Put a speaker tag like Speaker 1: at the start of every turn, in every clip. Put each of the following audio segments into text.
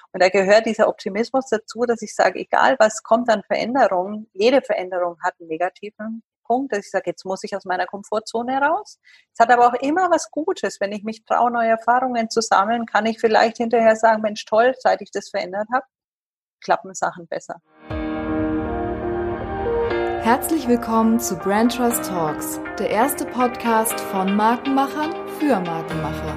Speaker 1: Und da gehört dieser Optimismus dazu, dass ich sage, egal was kommt an Veränderungen, jede Veränderung hat einen negativen Punkt, dass ich sage, jetzt muss ich aus meiner Komfortzone raus. Es hat aber auch immer was Gutes. Wenn ich mich traue, neue Erfahrungen zu sammeln, kann ich vielleicht hinterher sagen, Mensch, toll, seit ich das verändert habe, klappen Sachen besser.
Speaker 2: Herzlich willkommen zu Brand Trust Talks, der erste Podcast von Markenmachern für Markenmacher.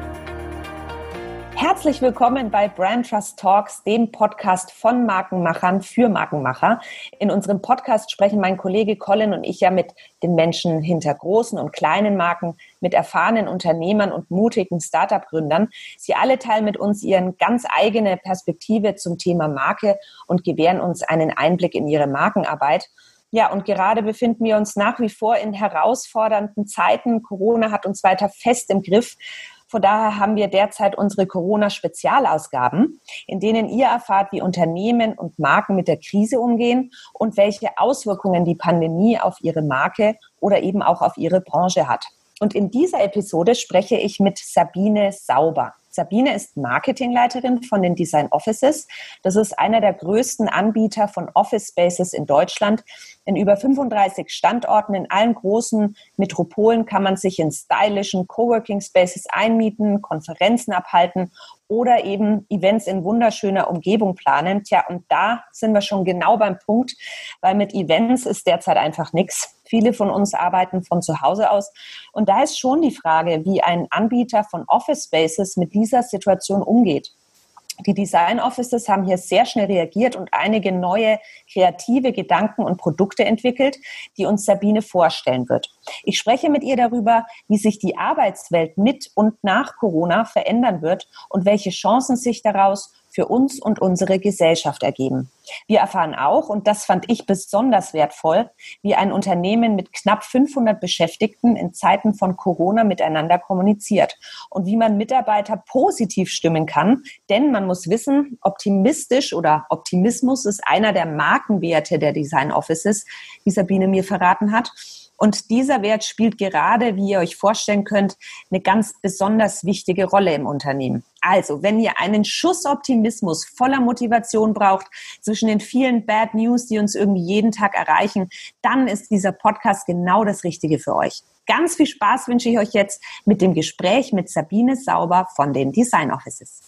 Speaker 3: Herzlich willkommen bei Brand Trust Talks, dem Podcast von Markenmachern für Markenmacher. In unserem Podcast sprechen mein Kollege Colin und ich ja mit den Menschen hinter großen und kleinen Marken, mit erfahrenen Unternehmern und mutigen Startup-Gründern. Sie alle teilen mit uns ihre ganz eigene Perspektive zum Thema Marke und gewähren uns einen Einblick in ihre Markenarbeit. Ja, und gerade befinden wir uns nach wie vor in herausfordernden Zeiten. Corona hat uns weiter fest im Griff. Von daher haben wir derzeit unsere Corona-Spezialausgaben, in denen ihr erfahrt, wie Unternehmen und Marken mit der Krise umgehen und welche Auswirkungen die Pandemie auf ihre Marke oder eben auch auf ihre Branche hat. Und in dieser Episode spreche ich mit Sabine Sauber. Sabine ist Marketingleiterin von den Design Offices. Das ist einer der größten Anbieter von Office Spaces in Deutschland. In über 35 Standorten in allen großen Metropolen kann man sich in stylischen Coworking Spaces einmieten, Konferenzen abhalten oder eben Events in wunderschöner Umgebung planen. Tja, und da sind wir schon genau beim Punkt, weil mit Events ist derzeit einfach nichts. Viele von uns arbeiten von zu Hause aus. Und da ist schon die Frage, wie ein Anbieter von Office Spaces mit dieser Situation umgeht. Die Design Offices haben hier sehr schnell reagiert und einige neue kreative Gedanken und Produkte entwickelt, die uns Sabine vorstellen wird. Ich spreche mit ihr darüber, wie sich die Arbeitswelt mit und nach Corona verändern wird und welche Chancen sich daraus für uns und unsere Gesellschaft ergeben. Wir erfahren auch, und das fand ich besonders wertvoll, wie ein Unternehmen mit knapp 500 Beschäftigten in Zeiten von Corona miteinander kommuniziert und wie man Mitarbeiter positiv stimmen kann. Denn man muss wissen, optimistisch oder Optimismus ist einer der Markenwerte der Design Offices, wie Sabine mir verraten hat. Und dieser Wert spielt gerade, wie ihr euch vorstellen könnt, eine ganz besonders wichtige Rolle im Unternehmen. Also, wenn ihr einen Schuss Optimismus voller Motivation braucht zwischen den vielen Bad News, die uns irgendwie jeden Tag erreichen, dann ist dieser Podcast genau das Richtige für euch. Ganz viel Spaß wünsche ich euch jetzt mit dem Gespräch mit Sabine Sauber von den Design Offices.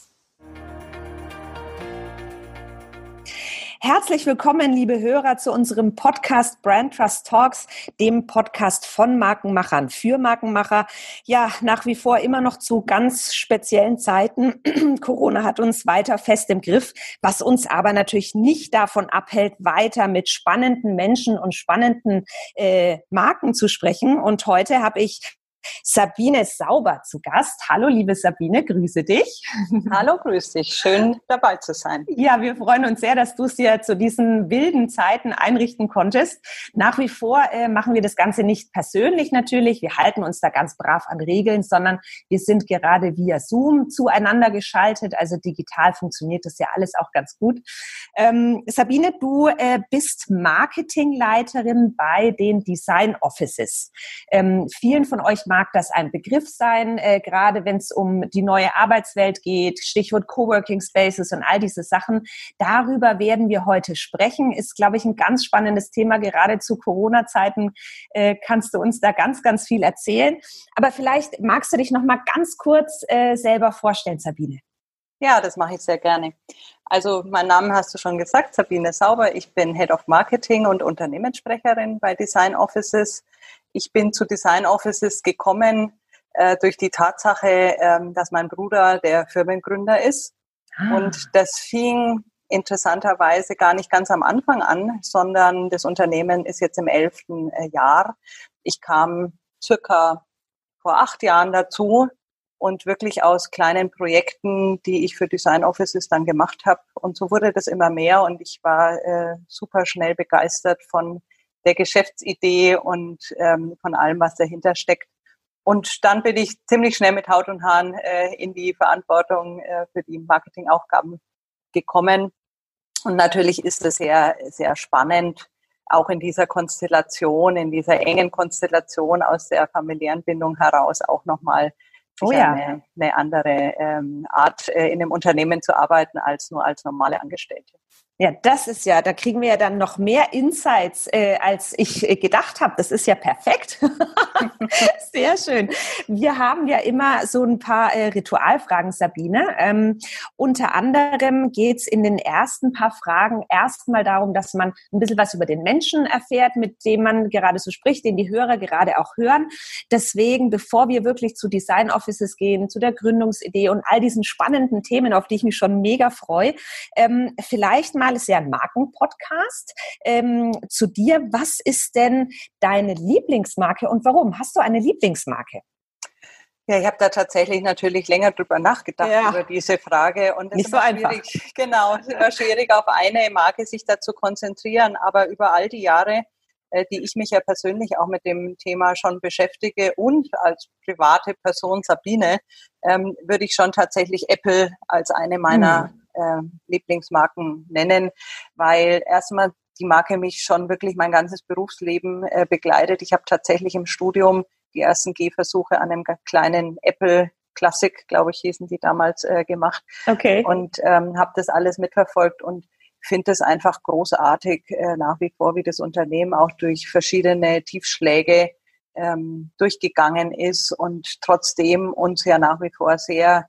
Speaker 3: Herzlich willkommen, liebe Hörer, zu unserem Podcast Brand Trust Talks, dem Podcast von Markenmachern für Markenmacher. Ja, nach wie vor immer noch zu ganz speziellen Zeiten. Corona hat uns weiter fest im Griff, was uns aber natürlich nicht davon abhält, weiter mit spannenden Menschen und spannenden Marken zu sprechen. Und heute habe ich Sabine Sauber zu Gast. Hallo, liebe Sabine, grüße dich.
Speaker 1: Hallo, grüß dich. Schön dabei zu sein.
Speaker 3: Ja, wir freuen uns sehr, dass du es dir zu diesen wilden Zeiten einrichten konntest. Nach wie vor machen wir das Ganze nicht persönlich natürlich. Wir halten uns da ganz brav an Regeln, sondern wir sind gerade via Zoom zueinander geschaltet. Also digital funktioniert das ja alles auch ganz gut. Sabine, du bist Marketingleiterin bei den Design Offices. Vielen von euch mag das ein Begriff sein, gerade wenn es um die neue Arbeitswelt geht, Stichwort Coworking Spaces und all diese Sachen. Darüber werden wir heute sprechen. Ist, glaube ich, ein ganz spannendes Thema. Gerade zu Corona-Zeiten kannst du uns da ganz, ganz viel erzählen. Aber vielleicht magst du dich noch mal ganz kurz selber vorstellen, Sabine.
Speaker 1: Ja, das mache ich sehr gerne. Also meinen Namen hast du schon gesagt, Sabine Sauber. Ich bin Head of Marketing und Unternehmenssprecherin bei Design Offices. Ich bin zu Design Offices gekommen durch die Tatsache, dass mein Bruder der Firmengründer ist. Und das fing interessanterweise gar nicht ganz am Anfang an, sondern das Unternehmen ist jetzt im 11. Jahr. Ich kam circa vor 8 Jahren dazu und wirklich aus kleinen Projekten, die ich für Design Offices dann gemacht habe. Und so wurde das immer mehr und ich war super schnell begeistert von der Geschäftsidee und von allem, was dahinter steckt. Und dann bin ich ziemlich schnell mit Haut und Haaren in die Verantwortung für die Marketingaufgaben gekommen. Und natürlich ist es sehr, sehr spannend, auch in dieser Konstellation, in dieser engen Konstellation aus der familiären Bindung heraus auch nochmal
Speaker 3: Oh ja.
Speaker 1: eine andere Art, in einem Unternehmen zu arbeiten, als nur als normale Angestellte.
Speaker 3: Ja, das ist ja, da kriegen wir ja dann noch mehr Insights, als ich gedacht habe. Das ist ja perfekt. Sehr schön. Wir haben ja immer so ein paar Ritualfragen, Sabine. Unter anderem geht's in den ersten paar Fragen erstmal darum, dass man ein bisschen was über den Menschen erfährt, mit dem man gerade so spricht, den die Hörer gerade auch hören. Deswegen, bevor wir wirklich zu Design Offices gehen, zu der Gründungsidee und all diesen spannenden Themen, auf die ich mich schon mega freue, vielleicht mal, ist ja ein Markenpodcast, zu dir. Was ist denn deine Lieblingsmarke und warum? Hast du eine Lieblingsmarke?
Speaker 1: Ja, ich habe da tatsächlich natürlich länger drüber nachgedacht, über diese Frage. Und es
Speaker 3: nicht so einfach.
Speaker 1: Genau, es ist immer schwierig, auf eine Marke sich da zu konzentrieren. Aber über all die Jahre, die ich mich ja persönlich auch mit dem Thema schon beschäftige und als private Person Sabine, würde ich schon tatsächlich Apple als eine meiner Lieblingsmarken nennen, weil erstmal die Marke mich schon wirklich mein ganzes Berufsleben begleitet. Ich habe tatsächlich im Studium die ersten Gehversuche an einem kleinen Apple Classic, glaube ich, hießen die damals, gemacht.
Speaker 3: Okay.
Speaker 1: Und habe das alles mitverfolgt und finde es einfach großartig nach wie vor, wie das Unternehmen auch durch verschiedene Tiefschläge durchgegangen ist und trotzdem uns ja nach wie vor sehr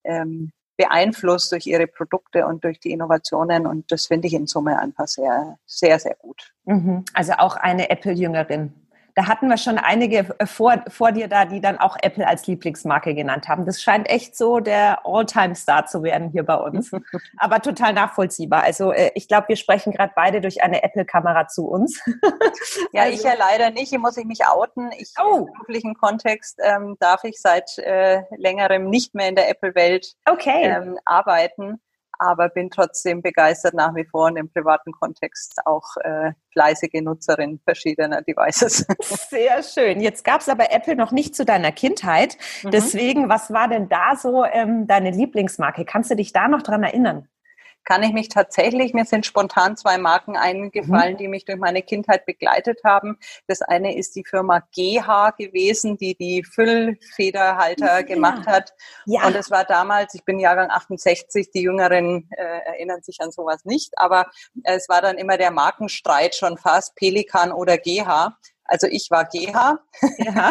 Speaker 1: beeinflusst durch ihre Produkte und durch die Innovationen. Und das finde ich in Summe einfach sehr, sehr, sehr gut.
Speaker 3: Also auch eine Apple-Jüngerin. Da hatten wir schon einige vor dir da, die dann auch Apple als Lieblingsmarke genannt haben. Das scheint echt so der All-Time-Star zu werden hier bei uns. Aber total nachvollziehbar. Also ich glaube, wir sprechen gerade beide durch eine Apple-Kamera zu uns.
Speaker 1: Ja, also, ich ja leider nicht. Hier muss ich mich outen. Im beruflichen Kontext darf ich seit längerem nicht mehr in der Apple-Welt arbeiten. Aber bin trotzdem begeistert nach wie vor und im privaten Kontext auch fleißige Nutzerin verschiedener Devices.
Speaker 3: Sehr schön. Jetzt gab es aber Apple noch nicht zu deiner Kindheit. Deswegen, was war denn da so deine Lieblingsmarke? Kannst du dich da noch dran erinnern?
Speaker 1: Kann ich mich tatsächlich, mir sind spontan 2 Marken eingefallen, die mich durch meine Kindheit begleitet haben. Das eine ist die Firma GH gewesen, die Füllfederhalter gemacht hat. Ja. Und es war damals, ich bin Jahrgang 68, die Jüngeren erinnern sich an sowas nicht, aber es war dann immer der Markenstreit schon fast, Pelikan oder GH. Also ich war GH. Ja.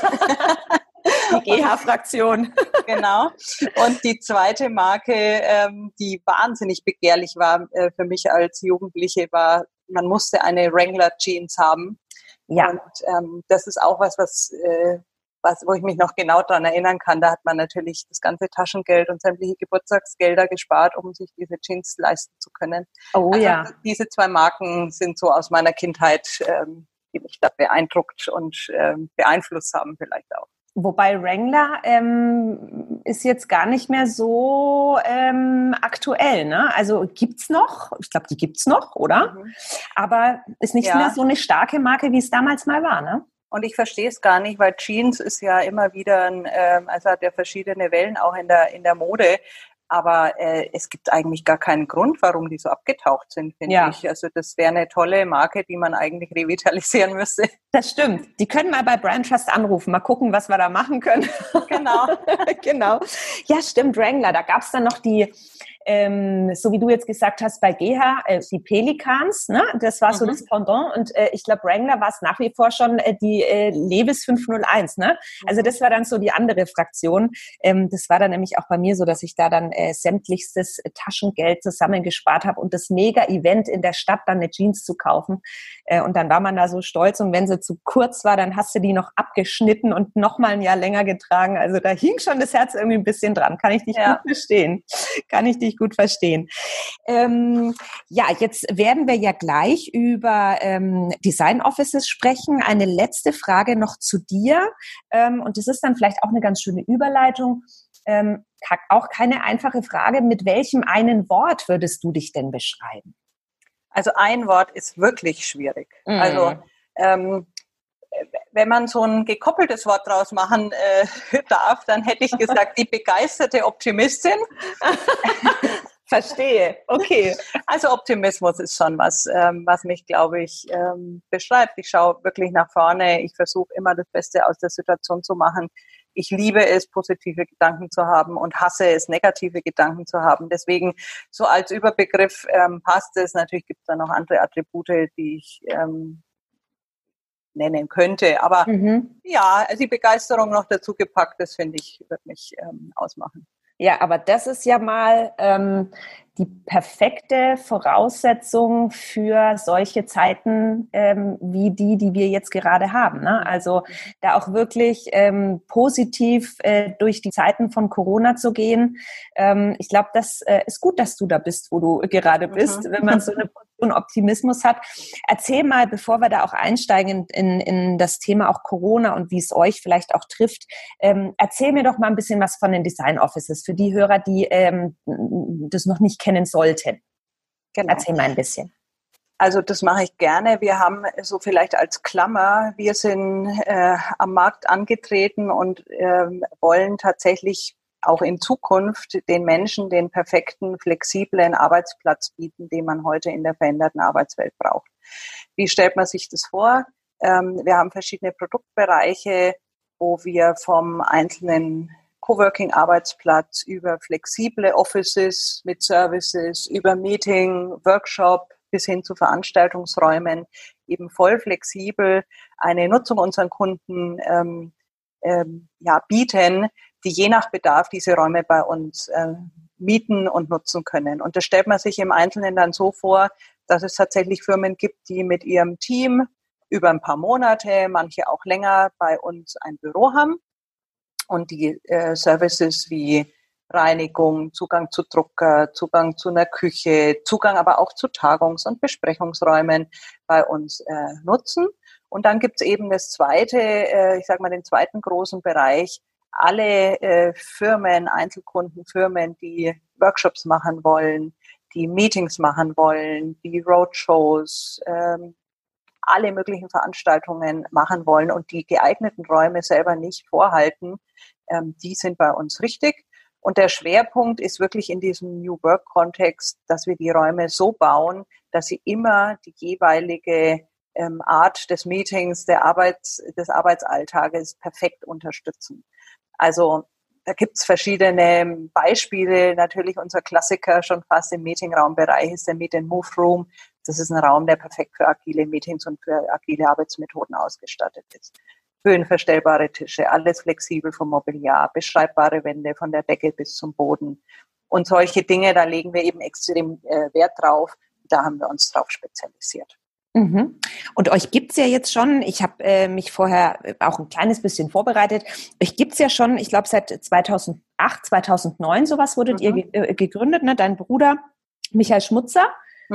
Speaker 3: Die GH-Fraktion.
Speaker 1: Genau. Und die zweite Marke, die wahnsinnig begehrlich war für mich als Jugendliche, war, man musste eine Wrangler Jeans haben. Ja. Und das ist auch was, wo ich mich noch genau daran erinnern kann. Da hat man natürlich das ganze Taschengeld und sämtliche Geburtstagsgelder gespart, um sich diese Jeans leisten zu können.
Speaker 3: Oh also ja.
Speaker 1: Diese 2 Marken sind so aus meiner Kindheit, die mich da beeindruckt und beeinflusst haben vielleicht auch.
Speaker 3: Wobei Wrangler ist jetzt gar nicht mehr so aktuell, ne? Also gibt's noch? Ich glaube, die gibt's noch, oder? Aber ist nicht mehr so eine starke Marke, wie es damals mal war, ne?
Speaker 1: Und ich verstehe es gar nicht, weil Jeans ist ja immer wieder, also hat ja verschiedene Wellen auch in der Mode. Aber es gibt eigentlich gar keinen Grund, warum die so abgetaucht sind, finde ich. Also das wäre eine tolle Marke, die man eigentlich revitalisieren müsste.
Speaker 3: Das stimmt. Die können mal bei Brand Trust anrufen, mal gucken, was wir da machen können.
Speaker 1: Genau.
Speaker 3: Genau. Ja, stimmt, Wrangler. Da gab es dann noch die, so wie du jetzt gesagt hast, bei GH, die Pelikans, ne? Das war so das Pendant. Und ich glaube, Wrangler war es nach wie vor schon die Levis 501, ne? Also das war dann so die andere Fraktion. Das war dann nämlich auch bei mir so, dass ich da dann sämtlichstes Taschengeld zusammengespart habe und das Mega-Event in der Stadt dann eine Jeans zu kaufen. Und dann war man da so stolz und wenn sie zu kurz war, dann hast du die noch abgeschnitten und noch mal ein Jahr länger getragen. Also da hing schon das Herz irgendwie ein bisschen dran. Kann ich dich gut verstehen. Kann ich dich gut verstehen. Jetzt werden wir ja gleich über Design Offices sprechen. Eine letzte Frage noch zu dir. Und das ist dann vielleicht auch eine ganz schöne Überleitung. Auch keine einfache Frage. Mit welchem einen Wort würdest du dich denn beschreiben?
Speaker 1: Also ein Wort ist wirklich schwierig. Also wenn man so ein gekoppeltes Wort draus machen darf, dann hätte ich gesagt, die begeisterte Optimistin.
Speaker 3: Verstehe, okay.
Speaker 1: Also Optimismus ist schon was mich, glaube ich, beschreibt. Ich schaue wirklich nach vorne. Ich versuche immer das Beste aus der Situation zu machen. Ich liebe es, positive Gedanken zu haben und hasse es, negative Gedanken zu haben. Deswegen so als Überbegriff passt es. Natürlich gibt es da noch andere Attribute, die ich nennen könnte. Aber ja, die Begeisterung noch dazu gepackt, das finde ich, wird mich ausmachen.
Speaker 3: Ja, aber das ist ja mal die perfekte Voraussetzung für solche Zeiten wie die wir jetzt gerade haben. Ne? Also da auch wirklich positiv durch die Zeiten von Corona zu gehen. Ich glaube, das ist gut, dass du da bist, wo du gerade bist, wenn man so eine Portion Optimismus hat. Erzähl mal, bevor wir da auch einsteigen in das Thema auch Corona und wie es euch vielleicht auch trifft, erzähl mir doch mal ein bisschen was von den Design Offices für die Hörer, die das noch nicht kennen sollten. Genau. Erzähl mal ein bisschen.
Speaker 1: Also das mache ich gerne. Wir haben so vielleicht als Klammer, wir sind am Markt angetreten und wollen tatsächlich auch in Zukunft den Menschen den perfekten, flexiblen Arbeitsplatz bieten, den man heute in der veränderten Arbeitswelt braucht. Wie stellt man sich das vor? Wir haben verschiedene Produktbereiche, wo wir vom einzelnen Coworking-Arbeitsplatz über flexible Offices mit Services, über Meeting, Workshop bis hin zu Veranstaltungsräumen eben voll flexibel eine Nutzung unseren Kunden bieten, die je nach Bedarf diese Räume bei uns mieten und nutzen können. Und das stellt man sich im Einzelnen dann so vor, dass es tatsächlich Firmen gibt, die mit ihrem Team über ein paar Monate, manche auch länger bei uns ein Büro haben und die Services wie Reinigung, Zugang zu Drucker, Zugang zu einer Küche, Zugang aber auch zu Tagungs- und Besprechungsräumen bei uns nutzen. Und dann gibt's eben das zweite, den zweiten großen Bereich, alle Firmen, Einzelkundenfirmen, die Workshops machen wollen, die Meetings machen wollen, die Roadshows, alle möglichen Veranstaltungen machen wollen und die geeigneten Räume selber nicht vorhalten, die sind bei uns richtig. Und der Schwerpunkt ist wirklich in diesem New Work-Kontext, dass wir die Räume so bauen, dass sie immer die jeweilige Art des Meetings, des Arbeitsalltages perfekt unterstützen. Also da gibt's verschiedene Beispiele. Natürlich unser Klassiker schon fast im Meetingraumbereich ist der Meet and Move Room. Das ist ein Raum, der perfekt für agile Meetings und für agile Arbeitsmethoden ausgestattet ist. Höhenverstellbare Tische, alles flexibel vom Mobiliar, beschreibbare Wände von der Decke bis zum Boden. Und solche Dinge, da legen wir eben extrem Wert drauf. Da haben wir uns drauf spezialisiert.
Speaker 3: Und euch gibt's ja jetzt schon, ich habe mich vorher auch ein kleines bisschen vorbereitet, euch gibt's ja schon, ich glaube seit 2008, 2009 sowas wurdet ihr gegründet, ne? Dein Bruder Michael Schmutzer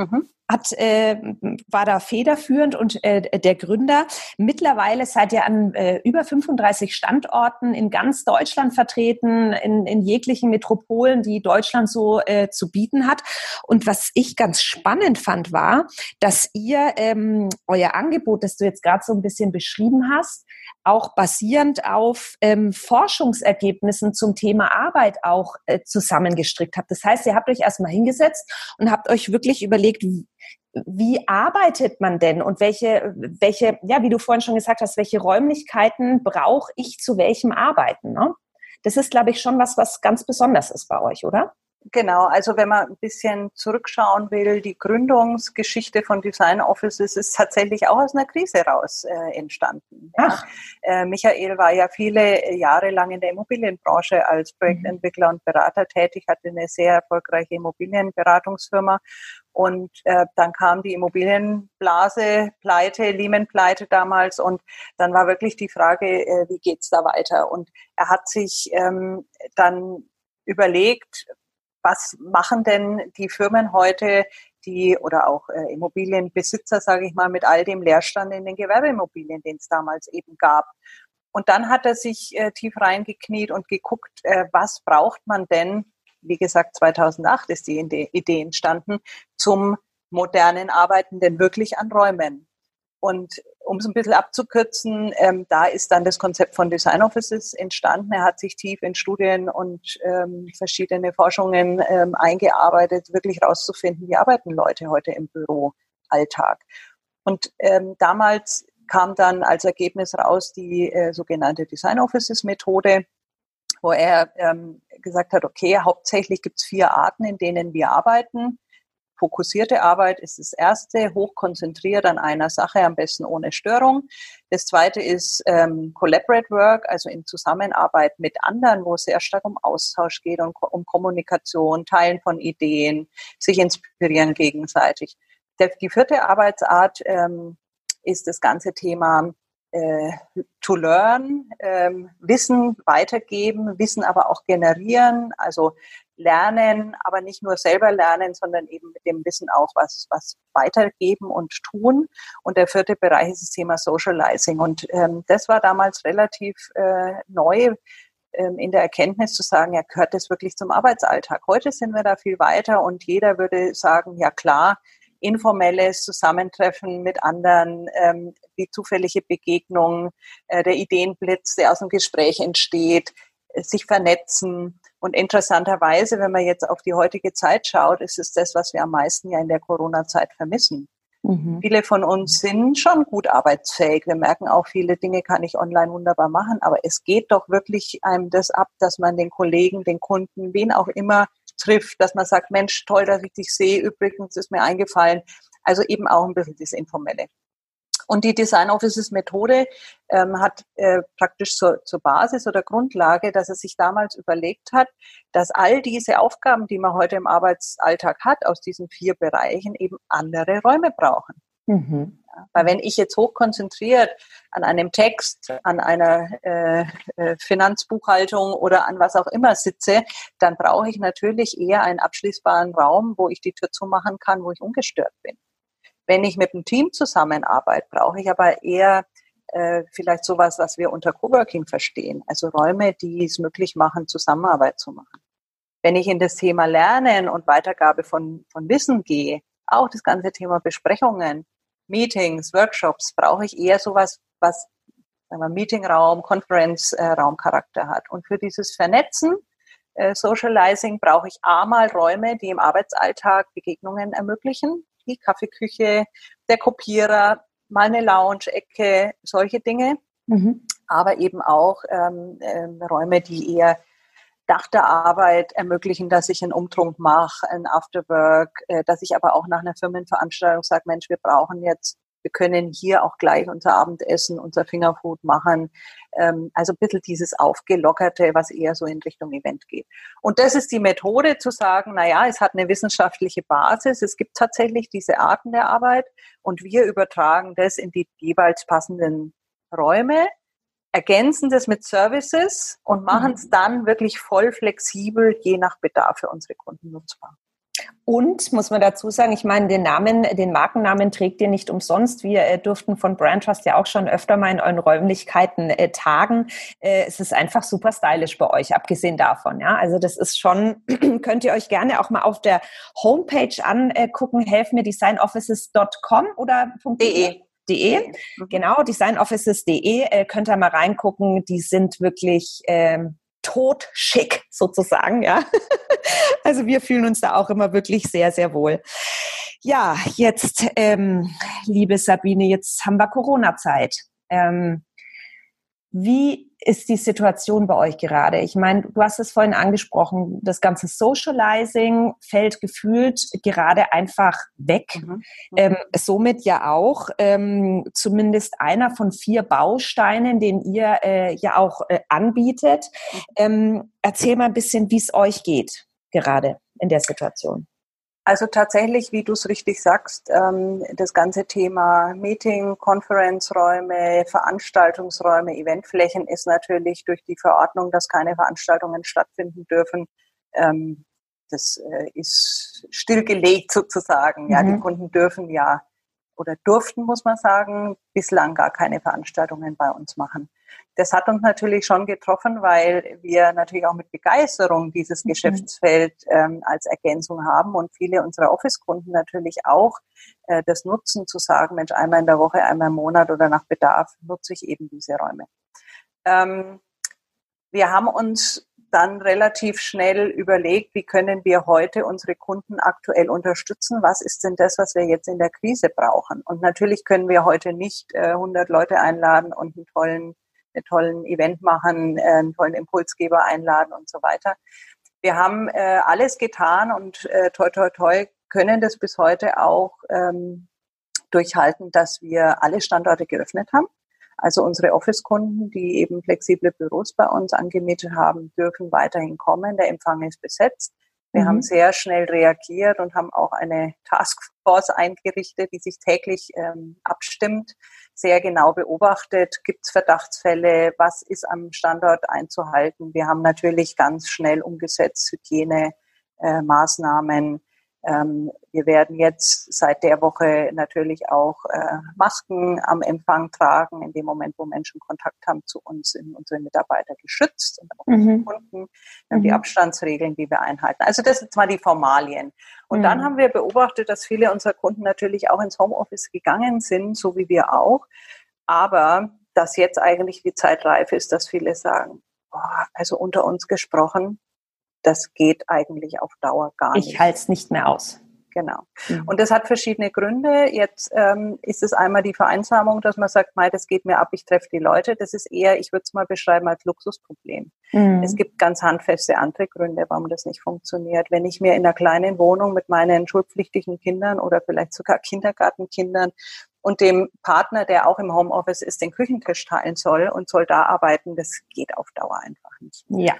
Speaker 3: war da federführend und der Gründer. Mittlerweile seid ihr an über 35 Standorten in ganz Deutschland vertreten, in jeglichen Metropolen, die Deutschland so zu bieten hat. Und was ich ganz spannend fand, war, dass ihr euer Angebot, das du jetzt gerade so ein bisschen beschrieben hast, auch basierend auf Forschungsergebnissen zum Thema Arbeit auch zusammengestrickt habt. Das heißt, ihr habt euch erstmal hingesetzt und habt euch wirklich überlegt, wie arbeitet man denn und welche, ja, wie du vorhin schon gesagt hast, welche Räumlichkeiten brauche ich zu welchem Arbeiten, ne? Das ist, glaube ich, schon was ganz Besonderes ist bei euch, oder?
Speaker 1: Genau, also wenn man ein bisschen zurückschauen will, die Gründungsgeschichte von Design Offices ist tatsächlich auch aus einer Krise raus entstanden. Ja. Michael war ja viele Jahre lang in der Immobilienbranche als Projektentwickler und Berater tätig, hatte eine sehr erfolgreiche Immobilienberatungsfirma und dann kam die Immobilienblase, Pleite, Lehman-Pleite damals und dann war wirklich die Frage, wie geht's da weiter? Und er hat sich dann überlegt, was machen denn die Firmen heute, die oder auch Immobilienbesitzer, sage ich mal, mit all dem Leerstand in den Gewerbeimmobilien, den es damals eben gab. Und dann hat er sich tief reingekniet und geguckt, was braucht man denn, wie gesagt, 2008 ist die Idee entstanden, zum modernen Arbeiten denn wirklich an Räumen. Und Um es ein bisschen abzukürzen, da ist dann das Konzept von Design Offices entstanden. Er hat sich tief in Studien und verschiedene Forschungen eingearbeitet, wirklich rauszufinden, wie arbeiten Leute heute im Büroalltag. Und damals kam dann als Ergebnis raus die sogenannte Design Offices Methode, wo er gesagt hat, okay, hauptsächlich gibt es 4 Arten, in denen wir arbeiten. Fokussierte Arbeit ist das erste, hochkonzentriert an einer Sache, am besten ohne Störung. Das zweite ist Collaborate Work, also in Zusammenarbeit mit anderen, wo es sehr stark um Austausch geht und um Kommunikation, Teilen von Ideen, sich inspirieren gegenseitig. Die 4. Arbeitsart ist das ganze Thema to learn, Wissen weitergeben, Wissen aber auch generieren, also lernen, aber nicht nur selber lernen, sondern eben mit dem Wissen auch was weitergeben und tun. Und der 4. Bereich ist das Thema Socializing. Und das war damals relativ neu in der Erkenntnis zu sagen, ja, gehört das wirklich zum Arbeitsalltag? Heute sind wir da viel weiter und jeder würde sagen, ja klar, informelles Zusammentreffen mit anderen, die zufällige Begegnung, der Ideenblitz, der aus dem Gespräch entsteht, sich vernetzen. Und interessanterweise, wenn man jetzt auf die heutige Zeit schaut, ist es das, was wir am meisten ja in der Corona-Zeit vermissen. Mhm. Viele von uns sind schon gut arbeitsfähig. Wir merken auch, viele Dinge kann ich online wunderbar machen, aber es geht doch wirklich einem das ab, dass man den Kollegen, den Kunden, wen auch immer trifft, dass man sagt, Mensch, toll, dass ich dich sehe, übrigens ist mir eingefallen. Also eben auch ein bisschen das Informelle. Und die Design Offices Methode hat praktisch zur Basis oder Grundlage, dass er sich damals überlegt hat, dass all diese Aufgaben, die man heute im Arbeitsalltag hat, aus diesen 4 Bereichen eben andere Räume brauchen. Mhm. Ja, weil wenn ich jetzt hochkonzentriert an einem Text, an einer Finanzbuchhaltung oder an was auch immer sitze, dann brauche ich natürlich eher einen abschließbaren Raum, wo ich die Tür zumachen kann, wo ich ungestört bin. Wenn ich mit einem Team zusammenarbeite, brauche ich aber eher vielleicht sowas, was wir unter Coworking verstehen, also Räume, die es möglich machen, Zusammenarbeit zu machen. Wenn ich in das Thema Lernen und Weitergabe von Wissen gehe, auch das ganze Thema Besprechungen, Meetings, Workshops, brauche ich eher sowas, was sagen wir, Meetingraum, Conference-Raumcharakter hat. Und für dieses Vernetzen, Socializing, brauche ich mal Räume, die im Arbeitsalltag Begegnungen ermöglichen, die Kaffeeküche, der Kopierer, mal eine Lounge-Ecke, solche Dinge, aber eben auch Räume, die eher nach der Arbeit ermöglichen, dass ich einen Umtrunk mache, ein Afterwork, dass ich aber auch nach einer Firmenveranstaltung sage, Mensch, wir können hier auch gleich unser Abendessen, unser Fingerfood machen. Also ein bisschen dieses Aufgelockerte, was eher so in Richtung Event geht. Und das ist die Methode zu sagen, naja, es hat eine wissenschaftliche Basis, es gibt tatsächlich diese Arten der Arbeit und wir übertragen das in die jeweils passenden Räume, ergänzen das mit Services und machen es dann wirklich voll flexibel, je nach Bedarf für unsere Kunden nutzbar.
Speaker 3: Und, muss man dazu sagen, ich meine, den Markennamen trägt ihr nicht umsonst. Wir durften von Brand Trust ja auch schon öfter mal in euren Räumlichkeiten tagen. Es ist einfach super stylisch bei euch, abgesehen davon. Ja, also das ist schon, könnt ihr euch gerne auch mal auf der Homepage angucken, helfmirDesignoffices.com oder .de. Genau, designoffices.de, könnt ihr mal reingucken, die sind wirklich totschick sozusagen, ja. Also wir fühlen uns da auch immer wirklich sehr, sehr wohl. Ja, jetzt, liebe Sabine, jetzt haben wir Corona-Zeit. Wie ist die Situation bei euch gerade? Ich meine, du hast es vorhin angesprochen, das ganze Socializing fällt gefühlt gerade einfach weg. Somit ja auch zumindest einer von 4 Bausteinen, den ihr ja auch anbietet. Erzähl mal ein bisschen, wie es euch geht gerade in der Situation.
Speaker 1: Also tatsächlich, wie du es richtig sagst, das ganze Thema Meeting, Konferenzräume, Veranstaltungsräume, Eventflächen ist natürlich durch die Verordnung, dass keine Veranstaltungen stattfinden dürfen, das ist stillgelegt sozusagen. Ja, die Kunden dürfen ja oder durften, muss man sagen, bislang gar keine Veranstaltungen bei uns machen. Das hat uns natürlich schon getroffen, weil wir natürlich auch mit Begeisterung dieses Geschäftsfeld als Ergänzung haben und viele unserer Office-Kunden natürlich auch das nutzen, zu sagen, Mensch, einmal in der Woche, einmal im Monat oder nach Bedarf nutze ich eben diese Räume. Wir haben uns dann relativ schnell überlegt, wie können wir heute unsere Kunden aktuell unterstützen? Was ist denn das, was wir jetzt in der Krise brauchen? Und natürlich können wir heute nicht 100 Leute einladen und einen tollen Event machen, einen tollen Impulsgeber einladen und so weiter. Wir haben alles getan und toi, toi, toi, können das bis heute auch durchhalten, dass wir alle Standorte geöffnet haben. Also unsere Office-Kunden, die eben flexible Büros bei uns angemietet haben, dürfen weiterhin kommen. Der Empfang ist besetzt. Wir haben sehr schnell reagiert und haben auch eine Taskforce eingerichtet, die sich täglich abstimmt, sehr genau beobachtet, gibt es Verdachtsfälle, was ist am Standort einzuhalten. Wir haben natürlich ganz schnell umgesetzt Hygienemaßnahmen. Wir werden jetzt seit der Woche natürlich auch Masken am Empfang tragen, in dem Moment, wo Menschen Kontakt haben zu uns, sind unsere Mitarbeiter geschützt und auch unsere Kunden. Wir haben die Abstandsregeln, die wir einhalten. Also das sind mal die Formalien. Und dann haben wir beobachtet, dass viele unserer Kunden natürlich auch ins Homeoffice gegangen sind, so wie wir auch. Aber dass jetzt eigentlich die Zeit reif ist, dass viele sagen, also unter uns gesprochen, das geht eigentlich auf Dauer gar nicht.
Speaker 3: Ich halte es nicht mehr aus.
Speaker 1: Genau. Und das hat verschiedene Gründe. Jetzt ist es einmal die Vereinsamung, dass man sagt, das geht mir ab, ich treffe die Leute. Das ist eher, ich würde es mal beschreiben als Luxusproblem. Es gibt ganz handfeste andere Gründe, warum das nicht funktioniert. Wenn ich mir in einer kleinen Wohnung mit meinen schulpflichtigen Kindern oder vielleicht sogar Kindergartenkindern und dem Partner, der auch im Homeoffice ist, den Küchentisch teilen soll und soll da arbeiten, das geht auf Dauer einfach nicht.
Speaker 3: Ja.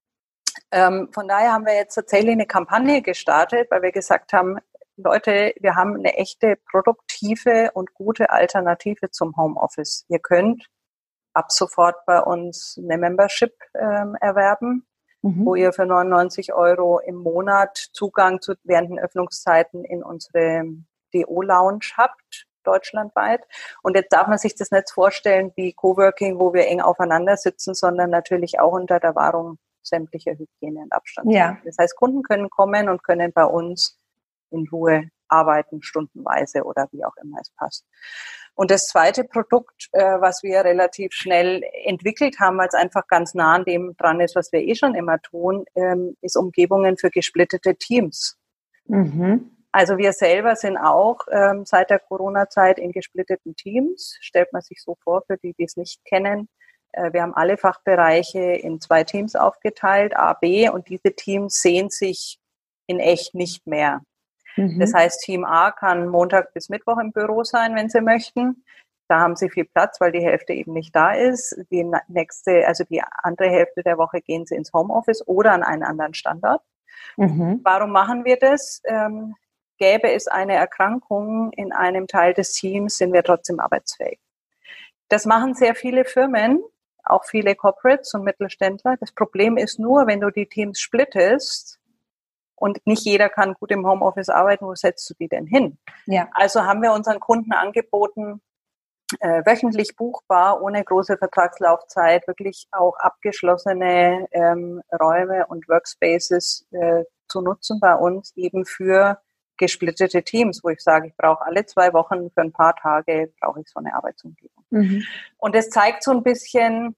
Speaker 1: Von daher haben wir jetzt tatsächlich eine Kampagne gestartet, weil wir gesagt haben, Leute, wir haben eine echte produktive und gute Alternative zum Homeoffice. Ihr könnt ab sofort bei uns eine Membership erwerben, wo ihr für 99 € im Monat Zugang zu während den Öffnungszeiten in unsere DO-Lounge habt, deutschlandweit. Und jetzt darf man sich das nicht vorstellen wie Coworking, wo wir eng aufeinander sitzen, sondern natürlich auch unter der Wahrung sämtliche Hygiene- und Abstand.
Speaker 3: Ja.
Speaker 1: Das heißt, Kunden können kommen und können bei uns in Ruhe arbeiten, stundenweise oder wie auch immer es passt. Und das zweite Produkt, was wir relativ schnell entwickelt haben, weil es einfach ganz nah an dem dran ist, was wir schon immer tun, ist Umgebungen für gesplittete Teams. Also wir selber sind auch seit der Corona-Zeit in gesplitteten Teams. Stellt man sich so vor, für die, die es nicht kennen. Wir haben alle Fachbereiche in 2 Teams aufgeteilt, A, B, und diese Teams sehen sich in echt nicht mehr. Das heißt, Team A kann Montag bis Mittwoch im Büro sein, wenn sie möchten. Da haben sie viel Platz, weil die Hälfte eben nicht da ist. Die andere Hälfte der Woche gehen sie ins Homeoffice oder an einen anderen Standort. Warum machen wir das? Gäbe es eine Erkrankung in einem Teil des Teams, sind wir trotzdem arbeitsfähig. Das machen sehr viele Firmen, auch viele Corporates und Mittelständler. Das Problem ist nur, wenn du die Teams splittest und nicht jeder kann gut im Homeoffice arbeiten, wo setzt du die denn hin?
Speaker 3: Ja.
Speaker 1: Also haben wir unseren Kunden angeboten, wöchentlich buchbar, ohne große Vertragslaufzeit, wirklich auch abgeschlossene Räume und Workspaces zu nutzen bei uns eben für gesplittete Teams, wo ich sage, ich brauche alle 2 Wochen für ein paar Tage, brauche ich so eine Arbeitsumgebung. Und das zeigt so ein bisschen,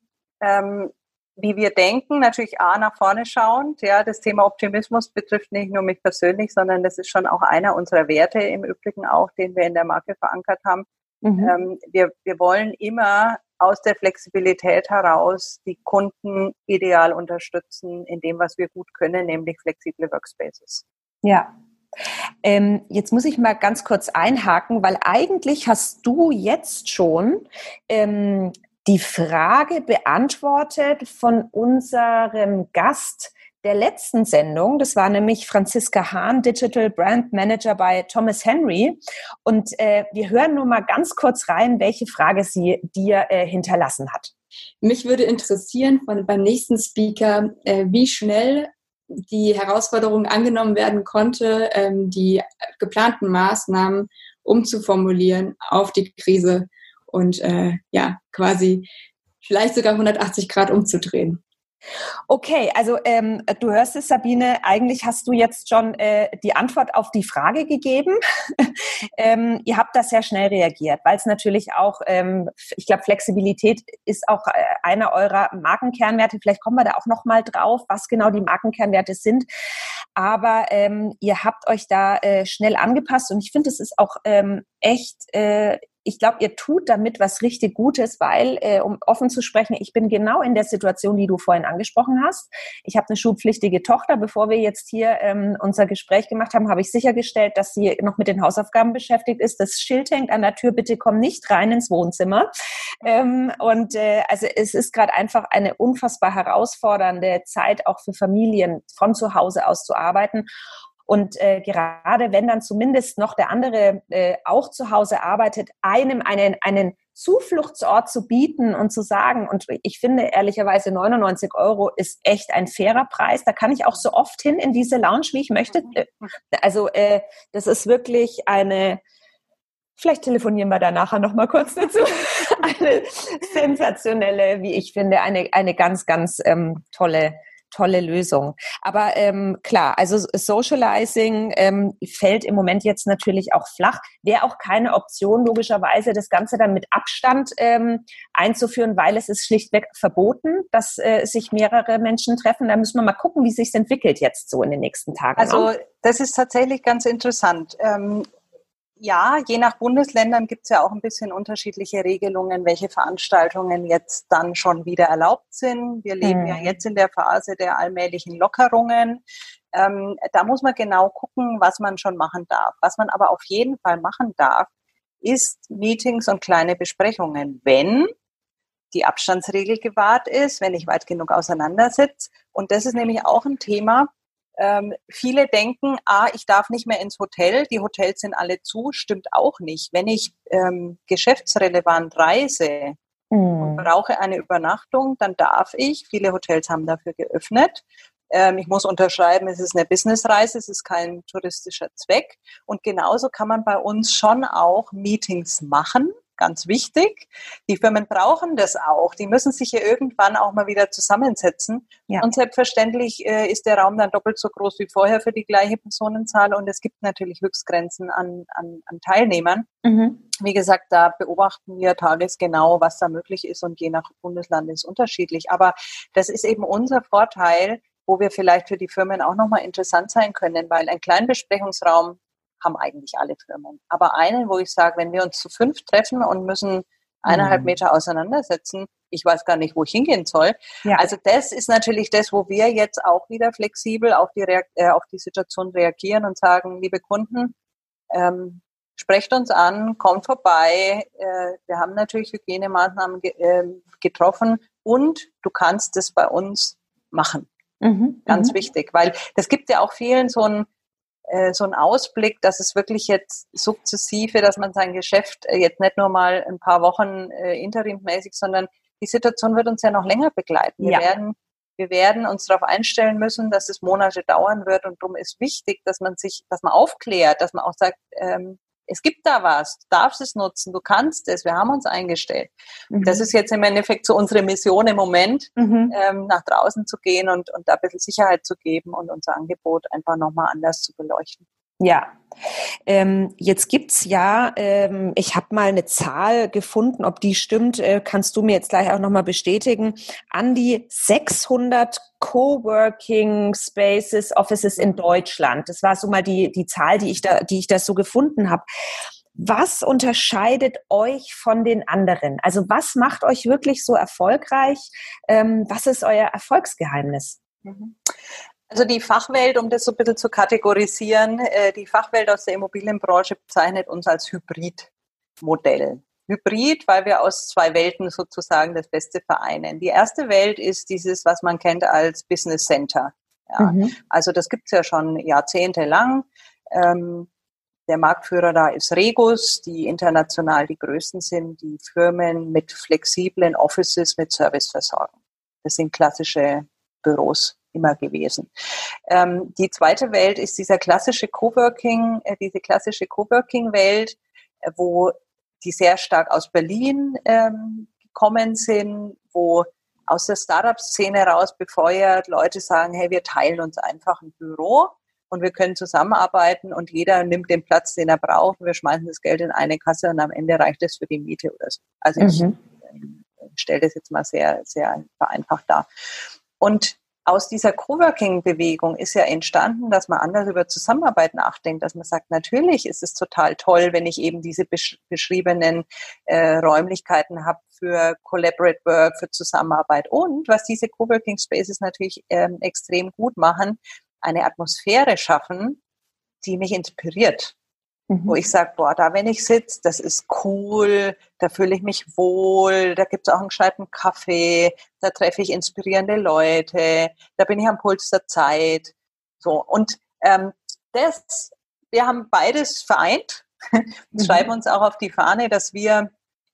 Speaker 1: wie wir denken, natürlich nach vorne schauend. Ja, das Thema Optimismus betrifft nicht nur mich persönlich, sondern das ist schon auch einer unserer Werte im Übrigen auch, den wir in der Marke verankert haben. Wir wollen immer aus der Flexibilität heraus die Kunden ideal unterstützen in dem, was wir gut können, nämlich flexible Workspaces.
Speaker 3: Ja. Jetzt muss ich mal ganz kurz einhaken, weil eigentlich hast du jetzt schon die Frage beantwortet von unserem Gast der letzten Sendung. Das war nämlich Franziska Hahn, Digital Brand Manager bei Thomas Henry. Und wir hören nur mal ganz kurz rein, welche Frage sie dir hinterlassen hat.
Speaker 4: Mich würde interessieren beim nächsten Speaker, wie schnell die Herausforderung angenommen werden konnte, die geplanten Maßnahmen umzuformulieren auf die Krise und quasi vielleicht sogar 180 Grad umzudrehen.
Speaker 3: Okay, also du hörst es, Sabine, eigentlich hast du jetzt schon die Antwort auf die Frage gegeben. Ihr habt da sehr schnell reagiert, weil es natürlich auch, ich glaube, Flexibilität ist auch einer eurer Markenkernwerte. Vielleicht kommen wir da auch noch mal drauf, was genau die Markenkernwerte sind. Aber ihr habt euch da schnell angepasst und ich finde, es ist auch echt ich glaube, ihr tut damit was richtig Gutes, weil, um offen zu sprechen, ich bin genau in der Situation, die du vorhin angesprochen hast. Ich habe eine schulpflichtige Tochter. Bevor wir jetzt hier unser Gespräch gemacht haben, habe ich sichergestellt, dass sie noch mit den Hausaufgaben beschäftigt ist. Das Schild hängt an der Tür, bitte komm nicht rein ins Wohnzimmer. Also es ist gerade einfach eine unfassbar herausfordernde Zeit, auch für Familien von zu Hause aus zu arbeiten. Und gerade wenn dann zumindest noch der andere auch zu Hause arbeitet, einem einen Zufluchtsort zu bieten und zu sagen, und ich finde ehrlicherweise 99 € ist echt ein fairer Preis, da kann ich auch so oft hin in diese Lounge, wie ich möchte. Also das ist wirklich vielleicht telefonieren wir da nachher noch mal kurz dazu, eine sensationelle, wie ich finde, eine ganz, ganz tolle Lösung. Aber klar, also Socializing fällt im Moment jetzt natürlich auch flach. Wäre auch keine Option, logischerweise, das Ganze dann mit Abstand einzuführen, weil es ist schlichtweg verboten, dass sich mehrere Menschen treffen. Da müssen wir mal gucken, wie es sich entwickelt jetzt so in den nächsten Tagen.
Speaker 1: Also das ist tatsächlich ganz interessant. Ja, je nach Bundesländern gibt es ja auch ein bisschen unterschiedliche Regelungen, welche Veranstaltungen jetzt dann schon wieder erlaubt sind. Wir leben ja jetzt in der Phase der allmählichen Lockerungen. Da muss man genau gucken, was man schon machen darf. Was man aber auf jeden Fall machen darf, ist Meetings und kleine Besprechungen, wenn die Abstandsregel gewahrt ist, wenn ich weit genug auseinandersitze. Und das ist nämlich auch ein Thema. Viele denken, ich darf nicht mehr ins Hotel, die Hotels sind alle zu, stimmt auch nicht. Wenn ich geschäftsrelevant reise und brauche eine Übernachtung, dann darf ich, viele Hotels haben dafür geöffnet, ich muss unterschreiben, es ist eine Businessreise, es ist kein touristischer Zweck und genauso kann man bei uns schon auch Meetings machen. Ganz wichtig. Die Firmen brauchen das auch. Die müssen sich ja irgendwann auch mal wieder zusammensetzen. Ja. Und selbstverständlich ist der Raum dann doppelt so groß wie vorher für die gleiche Personenzahl. Und es gibt natürlich Höchstgrenzen an Teilnehmern. Mhm. Wie gesagt, da beobachten wir tagesgenau, was da möglich ist. Und je nach Bundesland ist es unterschiedlich. Aber das ist eben unser Vorteil, wo wir vielleicht für die Firmen auch nochmal interessant sein können, weil ein Kleinbesprechungsraum haben eigentlich alle Firmen. Aber einen, wo ich sage, wenn wir uns zu 5 treffen und müssen 1,5 Meter auseinandersetzen, ich weiß gar nicht, wo ich hingehen soll. Ja. Also das ist natürlich das, wo wir jetzt auch wieder flexibel auf die Situation reagieren und sagen, liebe Kunden, sprecht uns an, kommt vorbei. Wir haben natürlich Hygienemaßnahmen getroffen und du kannst es bei uns machen. Ganz wichtig, weil das gibt ja auch vielen so einen Ausblick, dass es wirklich jetzt sukzessive, dass man sein Geschäft jetzt nicht nur mal ein paar Wochen interimmäßig, sondern die Situation wird uns ja noch länger begleiten. Ja. Wir werden uns darauf einstellen müssen, dass es Monate dauern wird und darum ist wichtig, dass man aufklärt, dass man auch sagt, es gibt da was, du darfst es nutzen, du kannst es, wir haben uns eingestellt. Das ist jetzt im Endeffekt so unsere Mission im Moment, nach draußen zu gehen und da ein bisschen Sicherheit zu geben und unser Angebot einfach nochmal anders zu beleuchten.
Speaker 3: Ja, jetzt gibt's ja, ich habe mal eine Zahl gefunden, ob die stimmt, kannst du mir jetzt gleich auch nochmal bestätigen, an die 600 Coworking Spaces, Offices in Deutschland. Das war so mal die Zahl, die ich da so gefunden habe. Was unterscheidet euch von den anderen? Also was macht euch wirklich so erfolgreich? Was ist euer Erfolgsgeheimnis?
Speaker 1: Also die Fachwelt, um das so ein bisschen zu kategorisieren, die Fachwelt aus der Immobilienbranche bezeichnet uns als Hybridmodell. Hybrid, weil wir aus 2 Welten sozusagen das Beste vereinen. Die erste Welt ist dieses, was man kennt als Business Center. Ja. Also das gibt's ja schon jahrzehntelang. Der Marktführer da ist Regus, die international die größten sind, die Firmen mit flexiblen Offices mit Service versorgen. Das sind klassische Büros immer gewesen. Die zweite Welt ist diese klassische Coworking-Welt, wo die sehr stark aus Berlin gekommen sind, wo aus der Startup-Szene raus befeuert Leute sagen, hey, wir teilen uns einfach ein Büro und wir können zusammenarbeiten und jeder nimmt den Platz, den er braucht und wir schmeißen das Geld in eine Kasse und am Ende reicht es für die Miete oder so. Also ich stelle das jetzt mal sehr, sehr vereinfacht dar. Und aus dieser Coworking-Bewegung ist ja entstanden, dass man anders über Zusammenarbeit nachdenkt, dass man sagt, natürlich ist es total toll, wenn ich eben diese beschriebenen Räumlichkeiten habe für Collaborate Work, für Zusammenarbeit. Und was diese Coworking Spaces natürlich extrem gut machen, eine Atmosphäre schaffen, die mich inspiriert. Wo ich sage, boah, da wenn ich sitze, das ist cool, da fühle ich mich wohl, da gibt es auch einen gescheiten Kaffee, da treffe ich inspirierende Leute, da bin ich am Puls der Zeit. So, und wir haben beides vereint, schreiben uns auch auf die Fahne, dass wir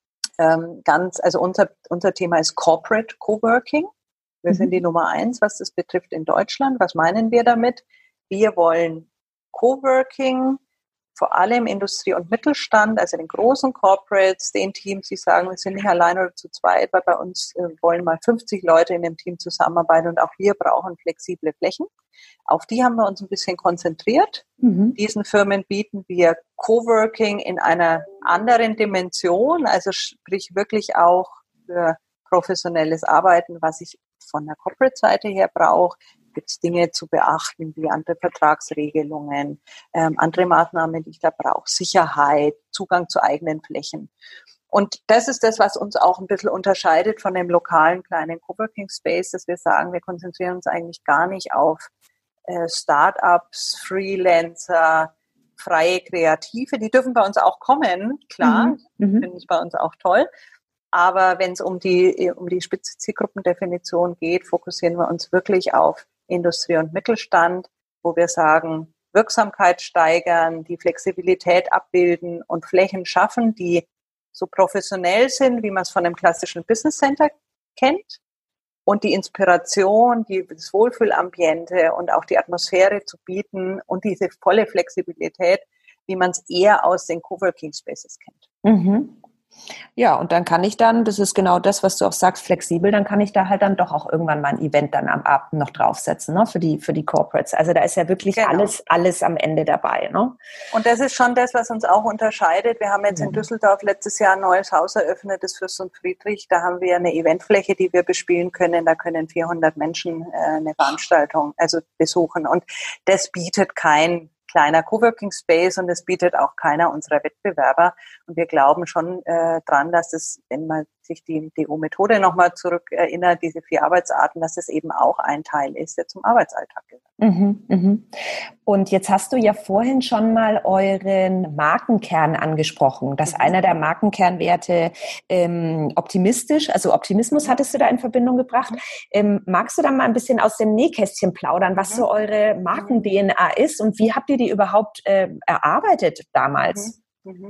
Speaker 1: also unser Thema ist Corporate Coworking. Wir sind die Nummer 1, was das betrifft in Deutschland. Was meinen wir damit? Wir wollen Coworking, vor allem Industrie- und Mittelstand, also den großen Corporates, den Teams, die sagen, wir sind nicht allein oder zu zweit, weil bei uns wollen mal 50 Leute in dem Team zusammenarbeiten und auch wir brauchen flexible Flächen. Auf die haben wir uns ein bisschen konzentriert. Diesen Firmen bieten wir Coworking in einer anderen Dimension, also sprich wirklich auch für professionelles Arbeiten, was ich von der Corporate-Seite her brauche. Gibt es Dinge zu beachten, wie andere Vertragsregelungen, andere Maßnahmen, die ich da brauche, Sicherheit, Zugang zu eigenen Flächen. Und das ist das, was uns auch ein bisschen unterscheidet von dem lokalen kleinen Coworking Space, dass wir sagen, wir konzentrieren uns eigentlich gar nicht auf Start-ups, Freelancer, freie Kreative. Die dürfen bei uns auch kommen, klar, finde ich bei uns auch toll. Aber wenn es um die spitze Zielgruppendefinition geht, fokussieren wir uns wirklich auf Industrie- und Mittelstand, wo wir sagen, Wirksamkeit steigern, die Flexibilität abbilden und Flächen schaffen, die so professionell sind, wie man es von einem klassischen Business Center kennt. Und die Inspiration, das Wohlfühlambiente und auch die Atmosphäre zu bieten und diese volle Flexibilität, wie man es eher aus den Coworking Spaces kennt.
Speaker 3: Ja, und dann kann ich das ist genau das, was du auch sagst, flexibel, dann kann ich da halt dann doch auch irgendwann mal ein Event dann am Abend noch draufsetzen, ne, für die Corporates. Also da ist ja wirklich alles am Ende dabei, ne?
Speaker 1: Und das ist schon das, was uns auch unterscheidet. Wir haben jetzt in Düsseldorf letztes Jahr ein neues Haus eröffnet, das Fürst und Friedrich. Da haben wir eine Eventfläche, die wir bespielen können. Da können 400 Menschen eine Veranstaltung besuchen. Und das bietet kein kleiner Coworking Space und das bietet auch keiner unserer Wettbewerber. Und wir glauben schon dran, dass es, wenn man sich die DO-Methode nochmal zurück erinnert, diese 4 Arbeitsarten, dass das eben auch ein Teil ist, der zum Arbeitsalltag gehört.
Speaker 3: Und jetzt hast du ja vorhin schon mal euren Markenkern angesprochen, dass einer der Markenkernwerte optimistisch, also Optimismus hattest du da in Verbindung gebracht. Magst du da mal ein bisschen aus dem Nähkästchen plaudern, was so eure Marken-DNA ist und wie habt ihr die überhaupt erarbeitet damals?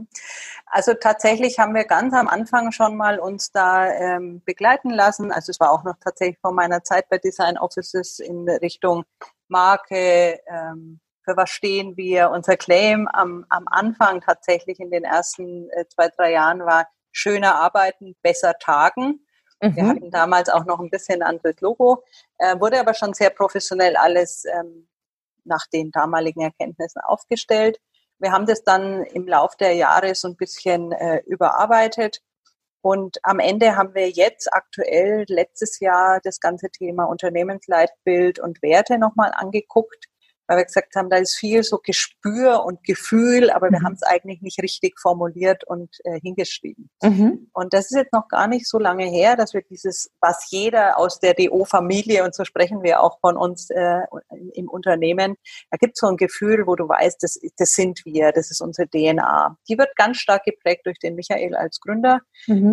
Speaker 1: Also tatsächlich haben wir ganz am Anfang schon mal uns da begleiten lassen. Also es war auch noch tatsächlich vor meiner Zeit bei Design Offices in Richtung Marke, für was stehen wir. Unser Claim am Anfang tatsächlich in den ersten 2-3 Jahren war schöner arbeiten, besser tagen. Wir hatten damals auch noch ein bisschen ein anderes Logo, wurde aber schon sehr professionell alles nach den damaligen Erkenntnissen aufgestellt. Wir haben das dann im Laufe der Jahre so ein bisschen überarbeitet und am Ende haben wir jetzt aktuell letztes Jahr das ganze Thema Unternehmensleitbild und Werte nochmal angeguckt, weil wir gesagt haben, da ist viel so Gespür und Gefühl, aber wir haben es eigentlich nicht richtig formuliert und hingeschrieben. Und das ist jetzt noch gar nicht so lange her, dass wir dieses, was jeder aus der DO-Familie, und so sprechen wir auch von uns im Unternehmen, da gibt es so ein Gefühl, wo du weißt, das sind wir, das ist unsere DNA. Die wird ganz stark geprägt durch den Michael als Gründer.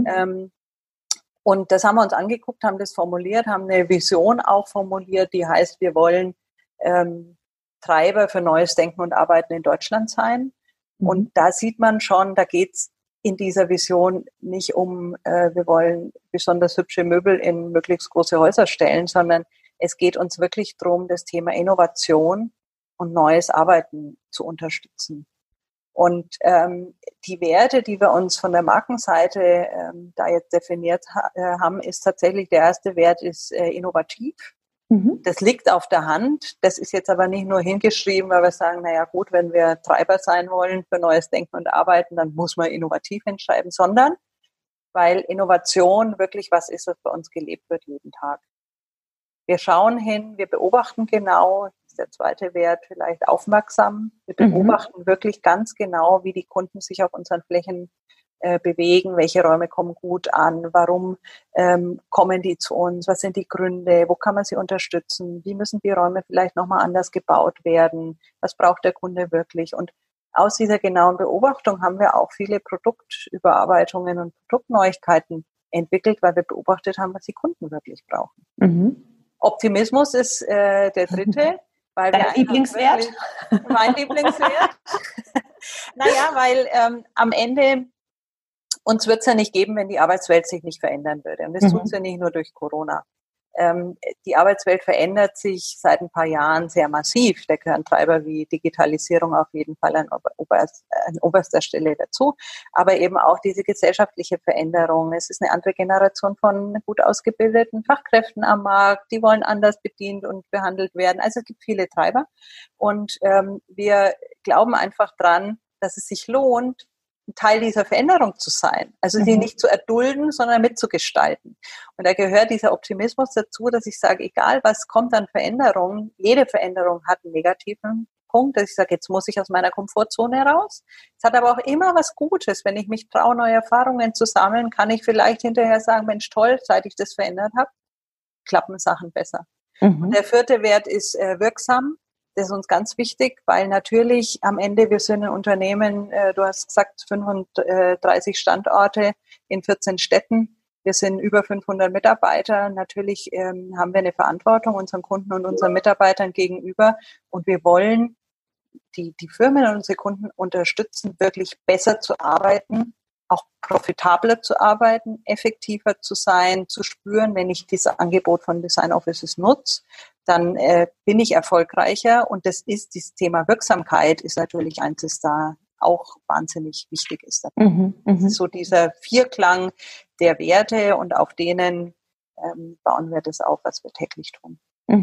Speaker 1: Und das haben wir uns angeguckt, haben das formuliert, haben eine Vision auch formuliert, die heißt, wir wollen Treiber für neues Denken und Arbeiten in Deutschland sein. Und da sieht man schon, da geht's in dieser Vision nicht um, wir wollen besonders hübsche Möbel in möglichst große Häuser stellen, sondern es geht uns wirklich darum, das Thema Innovation und neues Arbeiten zu unterstützen. Und die Werte, die wir uns von der Markenseite da jetzt definiert haben, ist tatsächlich, der erste Wert ist innovativ. Das liegt auf der Hand. Das ist jetzt aber nicht nur hingeschrieben, weil wir sagen, naja gut, wenn wir Treiber sein wollen für neues Denken und Arbeiten, dann muss man innovativ hinschreiben, sondern weil Innovation wirklich was ist, was bei uns gelebt wird jeden Tag. Wir schauen hin, wir beobachten genau, das ist der zweite Wert, vielleicht aufmerksam. Wir beobachten wirklich ganz genau, wie die Kunden sich auf unseren Flächen bewegen, welche Räume kommen gut an, warum kommen die zu uns, was sind die Gründe, wo kann man sie unterstützen, wie müssen die Räume vielleicht nochmal anders gebaut werden, was braucht der Kunde wirklich. Und aus dieser genauen Beobachtung haben wir auch viele Produktüberarbeitungen und Produktneuigkeiten entwickelt, weil wir beobachtet haben, was die Kunden wirklich brauchen. Optimismus ist der dritte. Weil
Speaker 3: Dein Lieblingswert?
Speaker 1: Mein Lieblingswert. Naja, weil am Ende uns wird es ja nicht geben, wenn die Arbeitswelt sich nicht verändern würde. Und das tut sie ja nicht nur durch Corona. Die Arbeitswelt verändert sich seit ein paar Jahren sehr massiv. Da gehören Treiber wie Digitalisierung auf jeden Fall an oberster Stelle dazu. Aber eben auch diese gesellschaftliche Veränderung. Es ist eine andere Generation von gut ausgebildeten Fachkräften am Markt. Die wollen anders bedient und behandelt werden. Also es gibt viele Treiber. Und wir glauben einfach dran, dass es sich lohnt, ein Teil dieser Veränderung zu sein. Also sie nicht zu erdulden, sondern mitzugestalten. Und da gehört dieser Optimismus dazu, dass ich sage, egal was kommt an Veränderungen, jede Veränderung hat einen negativen Punkt, dass ich sage, jetzt muss ich aus meiner Komfortzone raus. Es hat aber auch immer was Gutes. Wenn ich mich traue, neue Erfahrungen zu sammeln, kann ich vielleicht hinterher sagen, Mensch, toll, seit ich das verändert habe, klappen Sachen besser. Und der vierte Wert ist wirksam. Das ist uns ganz wichtig, weil natürlich am Ende, wir sind ein Unternehmen, du hast gesagt, 35 Standorte in 14 Städten. Wir sind über 500 Mitarbeiter. Natürlich haben wir eine Verantwortung unseren Kunden und unseren Mitarbeitern gegenüber. Und wir wollen die Firmen und unsere Kunden unterstützen, wirklich besser zu arbeiten, auch profitabler zu arbeiten, effektiver zu sein, zu spüren, wenn ich dieses Angebot von Design Offices nutze, dann bin ich erfolgreicher. Und das Thema Wirksamkeit ist natürlich eins, das da auch wahnsinnig wichtig ist. Das ist so dieser Vierklang der Werte und auf denen bauen wir das auf, was wir täglich tun.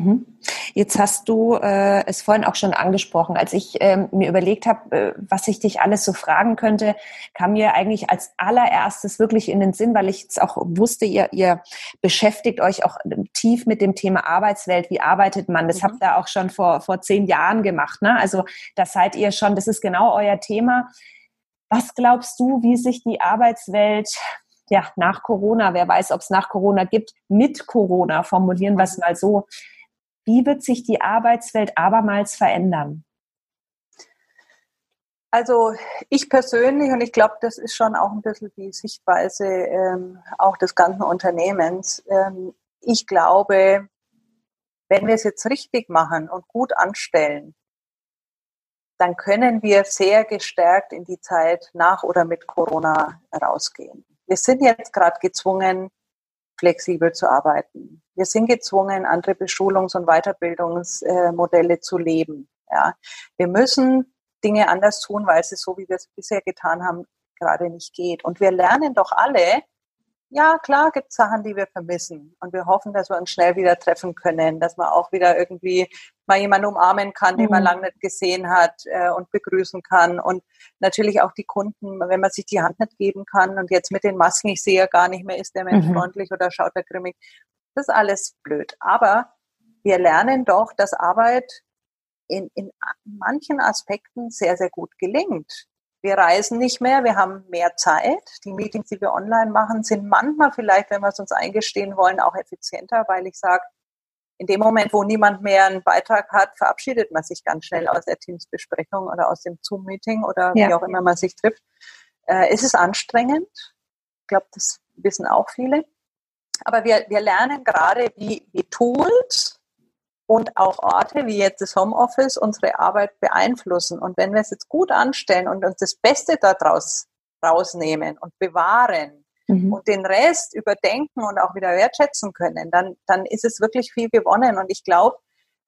Speaker 3: Jetzt hast du es vorhin auch schon angesprochen. Als ich mir überlegt habe, was ich dich alles so fragen könnte, kam mir eigentlich als allererstes wirklich in den Sinn, weil ich jetzt auch wusste, ihr beschäftigt euch auch tief mit dem Thema Arbeitswelt. Wie arbeitet man? Das habt ihr auch schon vor 10 Jahren gemacht, ne? Also das seid ihr schon, das ist genau euer Thema. Was glaubst du, wie sich die Arbeitswelt nach Corona, wer weiß, ob es nach Corona gibt, mit Corona, formulieren wir es mal so, wie wird sich die Arbeitswelt abermals verändern?
Speaker 1: Also ich persönlich, und ich glaube, das ist schon auch ein bisschen die Sichtweise auch des ganzen Unternehmens, ich glaube, wenn wir es jetzt richtig machen und gut anstellen, dann können wir sehr gestärkt in die Zeit nach oder mit Corona rausgehen. Wir sind jetzt gerade gezwungen, flexibel zu arbeiten. Wir sind gezwungen, andere Beschulungs- und Weiterbildungsmodelle zu leben. Ja. Wir müssen Dinge anders tun, weil es so, wie wir es bisher getan haben, gerade nicht geht. Und wir lernen doch alle, ja klar gibt es Sachen, die wir vermissen. Und wir hoffen, dass wir uns schnell wieder treffen können, dass man auch wieder irgendwie mal jemanden umarmen kann, den man lange nicht gesehen hat und begrüßen kann. Und natürlich auch die Kunden, wenn man sich die Hand nicht geben kann und jetzt mit den Masken, ich sehe ja gar nicht mehr, ist der Mensch freundlich oder schaut er grimmig. Das ist alles blöd. Aber wir lernen doch, dass Arbeit in manchen Aspekten sehr, sehr gut gelingt. Wir reisen nicht mehr, wir haben mehr Zeit. Die Meetings, die wir online machen, sind manchmal vielleicht, wenn wir es uns eingestehen wollen, auch effizienter, weil ich sage, in dem Moment, wo niemand mehr einen Beitrag hat, verabschiedet man sich ganz schnell aus der Teams-Besprechung oder aus dem Zoom-Meeting oder wie auch immer man sich trifft. Es ist anstrengend. Ich glaube, das wissen auch viele. Aber wir lernen gerade, wie Tools und auch Orte wie jetzt das Homeoffice unsere Arbeit beeinflussen. Und wenn wir es jetzt gut anstellen und uns das Beste daraus rausnehmen und bewahren und den Rest überdenken und auch wieder wertschätzen können, dann ist es wirklich viel gewonnen. Und ich glaube,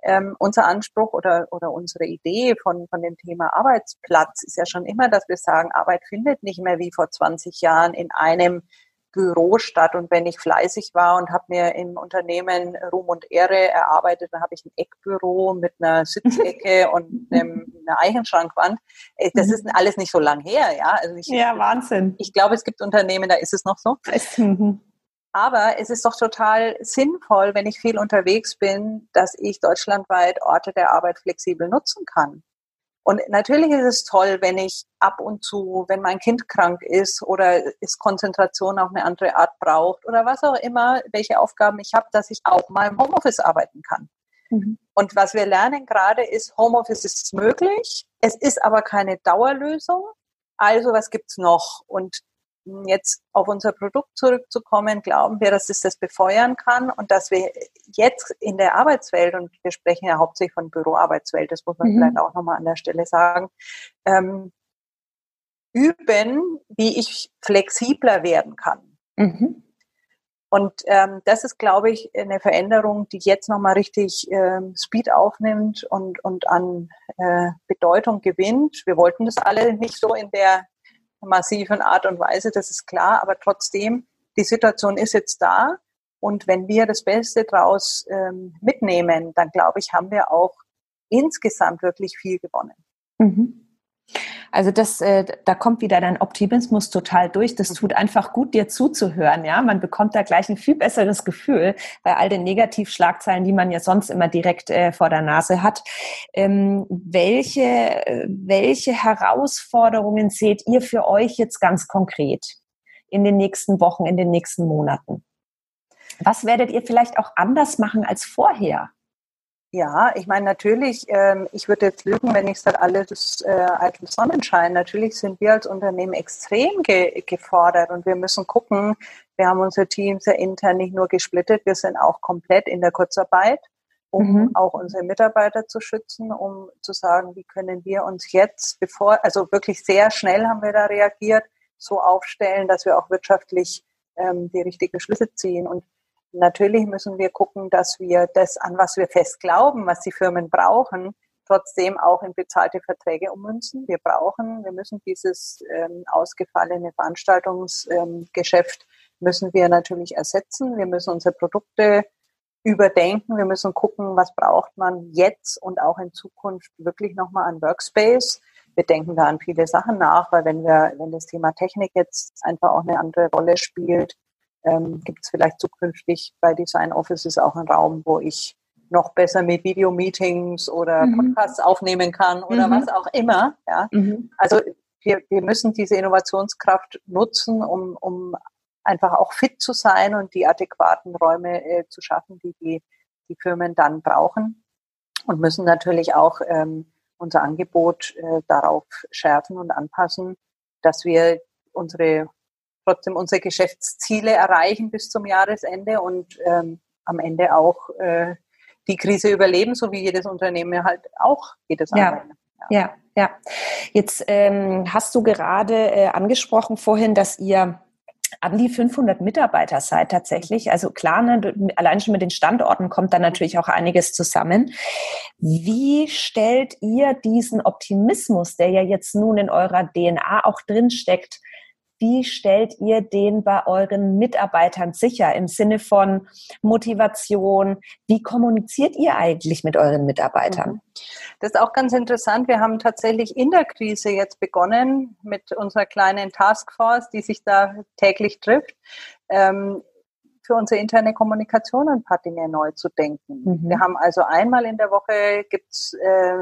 Speaker 1: Unser Anspruch oder unsere Idee von dem Thema Arbeitsplatz ist ja schon immer, dass wir sagen, Arbeit findet nicht mehr wie vor 20 Jahren in einem Büro statt. Und wenn ich fleißig war und habe mir im Unternehmen Ruhm und Ehre erarbeitet, dann habe ich ein Eckbüro mit einer Sitzecke und einer Eichenschrankwand. Das ist alles nicht so lang her. Ja, also
Speaker 3: Wahnsinn.
Speaker 1: Ich glaube, es gibt Unternehmen, da ist es noch so. Aber es ist doch total sinnvoll, wenn ich viel unterwegs bin, dass ich deutschlandweit Orte der Arbeit flexibel nutzen kann. Und natürlich ist es toll, wenn ich ab und zu, wenn mein Kind krank ist oder es Konzentration auf eine andere Art braucht oder was auch immer, welche Aufgaben ich habe, dass ich auch mal im Homeoffice arbeiten kann. Mhm. Und was wir lernen gerade ist, Homeoffice ist möglich, es ist aber keine Dauerlösung. Also was gibt's noch? Und jetzt auf unser Produkt zurückzukommen, glauben wir, dass es das befeuern kann und dass wir jetzt in der Arbeitswelt, und wir sprechen ja hauptsächlich von Büroarbeitswelt, das muss man vielleicht auch nochmal an der Stelle sagen, üben, wie ich flexibler werden kann. Mhm. Und das ist, glaube ich, eine Veränderung, die jetzt nochmal richtig Speed aufnimmt und an Bedeutung gewinnt. Wir wollten das alle nicht so in der massiven Art und Weise, das ist klar, aber trotzdem, die Situation ist jetzt da und wenn wir das Beste draus mitnehmen, dann glaube ich, haben wir auch insgesamt wirklich viel gewonnen.
Speaker 3: Mhm. Also da kommt wieder dein Optimismus total durch. Das tut einfach gut, dir zuzuhören. Ja, man bekommt da gleich ein viel besseres Gefühl bei all den Negativschlagzeilen, die man ja sonst immer direkt vor der Nase hat. Welche Herausforderungen seht ihr für euch jetzt ganz konkret in den nächsten Wochen, in den nächsten Monaten? Was werdet ihr vielleicht auch anders machen als vorher?
Speaker 1: Ja, ich meine natürlich, ich würde jetzt lügen, wenn ich sage, alles eitel Sonnenschein. Natürlich sind wir als Unternehmen extrem gefordert und wir müssen gucken, wir haben unsere Teams ja intern nicht nur gesplittet, wir sind auch komplett in der Kurzarbeit, um auch unsere Mitarbeiter zu schützen, um zu sagen, wie können wir uns jetzt, also wirklich sehr schnell haben wir da reagiert, so aufstellen, dass wir auch wirtschaftlich die richtigen Schlüsse ziehen. Und natürlich müssen wir gucken, dass wir das, an was wir fest glauben, was die Firmen brauchen, trotzdem auch in bezahlte Verträge ummünzen. Wir müssen dieses ausgefallene Veranstaltungsgeschäft müssen wir natürlich ersetzen. Wir müssen unsere Produkte überdenken. Wir müssen gucken, was braucht man jetzt und auch in Zukunft wirklich nochmal an Workspace. Wir denken da an viele Sachen nach, weil wenn das Thema Technik jetzt einfach auch eine andere Rolle spielt, gibt es vielleicht zukünftig bei Design Offices auch einen Raum, wo ich noch besser mit Video-Meetings oder Podcasts aufnehmen kann oder was auch immer. Ja? Also wir müssen diese Innovationskraft nutzen, um einfach auch fit zu sein und die adäquaten Räume zu schaffen, die Firmen dann brauchen und müssen natürlich auch unser Angebot darauf schärfen und anpassen, dass wir trotzdem unsere Geschäftsziele erreichen bis zum Jahresende und am Ende auch die Krise überleben, so wie jedes Unternehmen halt auch jedes andere.
Speaker 3: Ja. Jetzt hast du gerade angesprochen vorhin, dass ihr an die 500 Mitarbeiter seid tatsächlich. Also klar, allein schon mit den Standorten kommt dann natürlich auch einiges zusammen. Wie stellt ihr diesen Optimismus, der ja jetzt nun in eurer DNA auch drinsteckt, wie stellt ihr den bei euren Mitarbeitern sicher im Sinne von Motivation? Wie kommuniziert ihr eigentlich mit euren Mitarbeitern?
Speaker 1: Das ist auch ganz interessant. Wir haben tatsächlich in der Krise jetzt begonnen mit unserer kleinen Taskforce, die sich da täglich trifft, für unsere interne Kommunikation ein paar Dinge neu zu denken. Wir haben also einmal in der Woche gibt's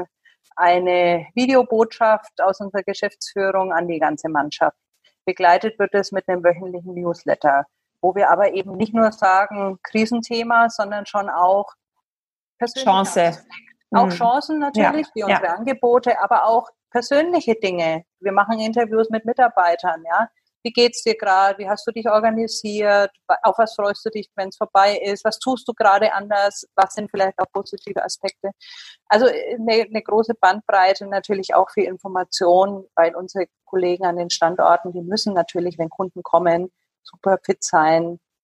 Speaker 1: eine Videobotschaft aus unserer Geschäftsführung an die ganze Mannschaft. Begleitet wird es mit einem wöchentlichen Newsletter, wo wir aber eben nicht nur sagen Krisenthema, sondern schon auch
Speaker 3: Chance.
Speaker 1: Auch Chancen natürlich, wie unsere Angebote, aber auch persönliche Dinge. Wir machen Interviews mit Mitarbeitern, ja. Wie geht's dir gerade? Wie hast du dich organisiert? Auf was freust du dich, wenn es vorbei ist? Was tust du gerade anders? Was sind vielleicht auch positive Aspekte? Also eine große Bandbreite natürlich auch für Informationen, weil unsere Kollegen an den Standorten, die müssen natürlich, wenn Kunden kommen, super fit sein,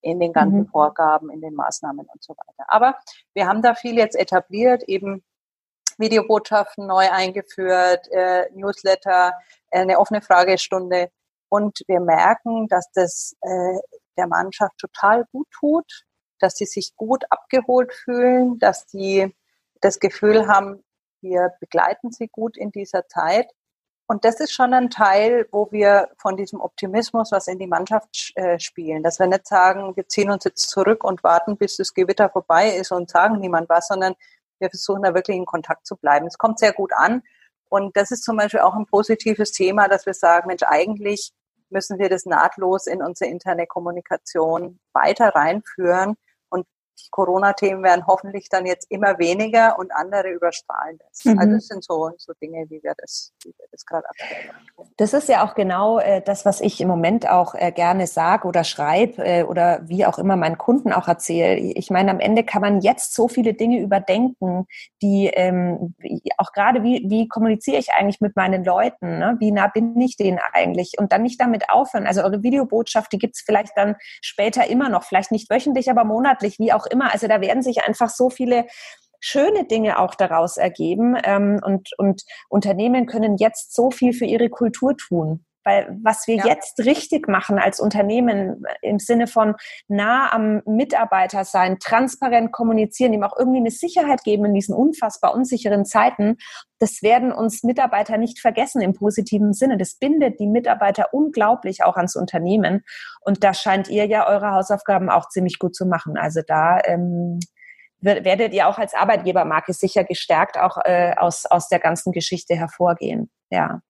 Speaker 1: in den ganzen Vorgaben, in den Maßnahmen und so weiter. Aber wir haben da viel jetzt etabliert, eben Videobotschaften neu eingeführt, Newsletter, eine offene Fragestunde. Und wir merken, dass das der Mannschaft total gut tut, dass sie sich gut abgeholt fühlen, dass die das Gefühl haben, wir begleiten sie gut in dieser Zeit. Und das ist schon ein Teil, wo wir von diesem Optimismus was in die Mannschaft spielen. Dass wir nicht sagen, wir ziehen uns jetzt zurück und warten, bis das Gewitter vorbei ist und sagen niemand was, sondern wir versuchen da wirklich in Kontakt zu bleiben. Es kommt sehr gut an. Und das ist zum Beispiel auch ein positives Thema, dass wir sagen, Mensch, eigentlich müssen wir das nahtlos in unsere interne Kommunikation weiter reinführen. Und die Corona-Themen werden hoffentlich dann jetzt immer weniger und andere überstrahlen das. Also das sind so Dinge, wie wir das gerade aktuell tun.
Speaker 3: Das ist ja auch genau das, was ich im Moment auch gerne sage oder schreibe oder wie auch immer meinen Kunden auch erzähle. Ich meine, am Ende kann man jetzt so viele Dinge überdenken, die auch gerade, wie kommuniziere ich eigentlich mit meinen Leuten? Ne? Wie nah bin ich denen eigentlich? Und dann nicht damit aufhören. Also eure Videobotschaft, die gibt es vielleicht dann später immer noch, vielleicht nicht wöchentlich, aber monatlich, wie auch immer. Also da werden sich einfach so viele schöne Dinge auch daraus ergeben und Unternehmen können jetzt so viel für ihre Kultur tun. Weil was wir jetzt richtig machen als Unternehmen im Sinne von nah am Mitarbeiter sein, transparent kommunizieren, ihm auch irgendwie eine Sicherheit geben in diesen unfassbar unsicheren Zeiten, das werden uns Mitarbeiter nicht vergessen im positiven Sinne. Das bindet die Mitarbeiter unglaublich auch ans Unternehmen. Und da scheint ihr ja eure Hausaufgaben auch ziemlich gut zu machen. Also da werdet ihr auch als Arbeitgebermarke sicher gestärkt auch aus der ganzen Geschichte hervorgehen. Ja.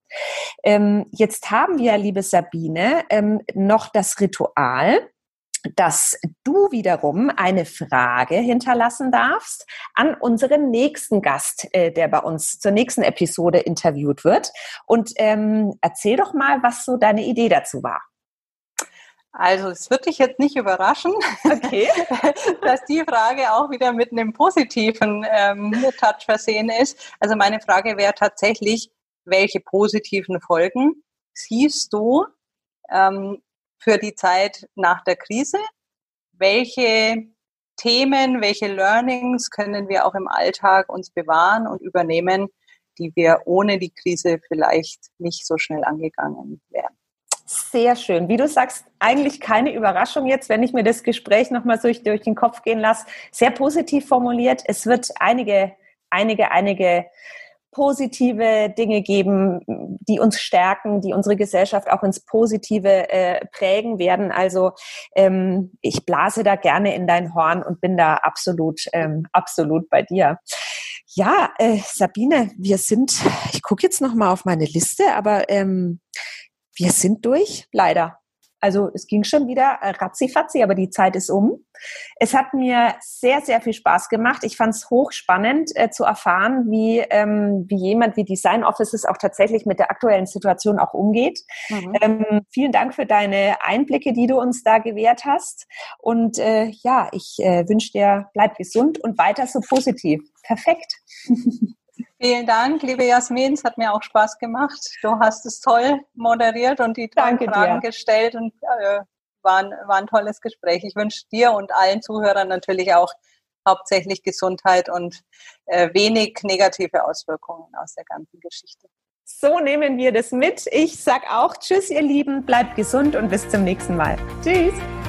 Speaker 3: Jetzt haben wir, liebe Sabine, noch das Ritual, dass du wiederum eine Frage hinterlassen darfst an unseren nächsten Gast, der bei uns zur nächsten Episode interviewt wird. Und erzähl doch mal, was so deine Idee dazu war.
Speaker 1: Also es wird dich jetzt nicht überraschen,
Speaker 3: okay,
Speaker 1: dass die Frage auch wieder mit einem positiven Touch versehen ist. Also meine Frage wäre tatsächlich, welche positiven Folgen siehst du für die Zeit nach der Krise? Welche Themen, welche Learnings können wir auch im Alltag uns bewahren und übernehmen, die wir ohne die Krise vielleicht nicht so schnell angegangen wären?
Speaker 3: Sehr schön. Wie du sagst, eigentlich keine Überraschung jetzt, wenn ich mir das Gespräch nochmal so durch den Kopf gehen lasse. Sehr positiv formuliert. Es wird einige positive Dinge geben, die uns stärken, die unsere Gesellschaft auch ins Positive prägen werden. Also ich blase da gerne in dein Horn und bin da absolut bei dir. Ja, Sabine, ich gucke jetzt nochmal auf meine Liste, aber wir sind durch, leider. Also es ging schon wieder ratzifatzi, aber die Zeit ist um. Es hat mir sehr, sehr viel Spaß gemacht. Ich fand es hochspannend zu erfahren, wie jemand wie Design Offices auch tatsächlich mit der aktuellen Situation auch umgeht. Vielen Dank für deine Einblicke, die du uns da gewährt hast. Und ich wünsche dir, bleib gesund und weiter so positiv. Perfekt.
Speaker 1: Vielen Dank, liebe Jasmin. Es hat mir auch Spaß gemacht. Du hast es toll moderiert und die tollen Fragen gestellt und war ein tolles Gespräch. Ich wünsche dir und allen Zuhörern natürlich auch hauptsächlich Gesundheit und wenig negative Auswirkungen aus der ganzen Geschichte.
Speaker 3: So nehmen wir das mit. Ich sage auch Tschüss, ihr Lieben. Bleibt gesund und bis zum nächsten Mal. Tschüss.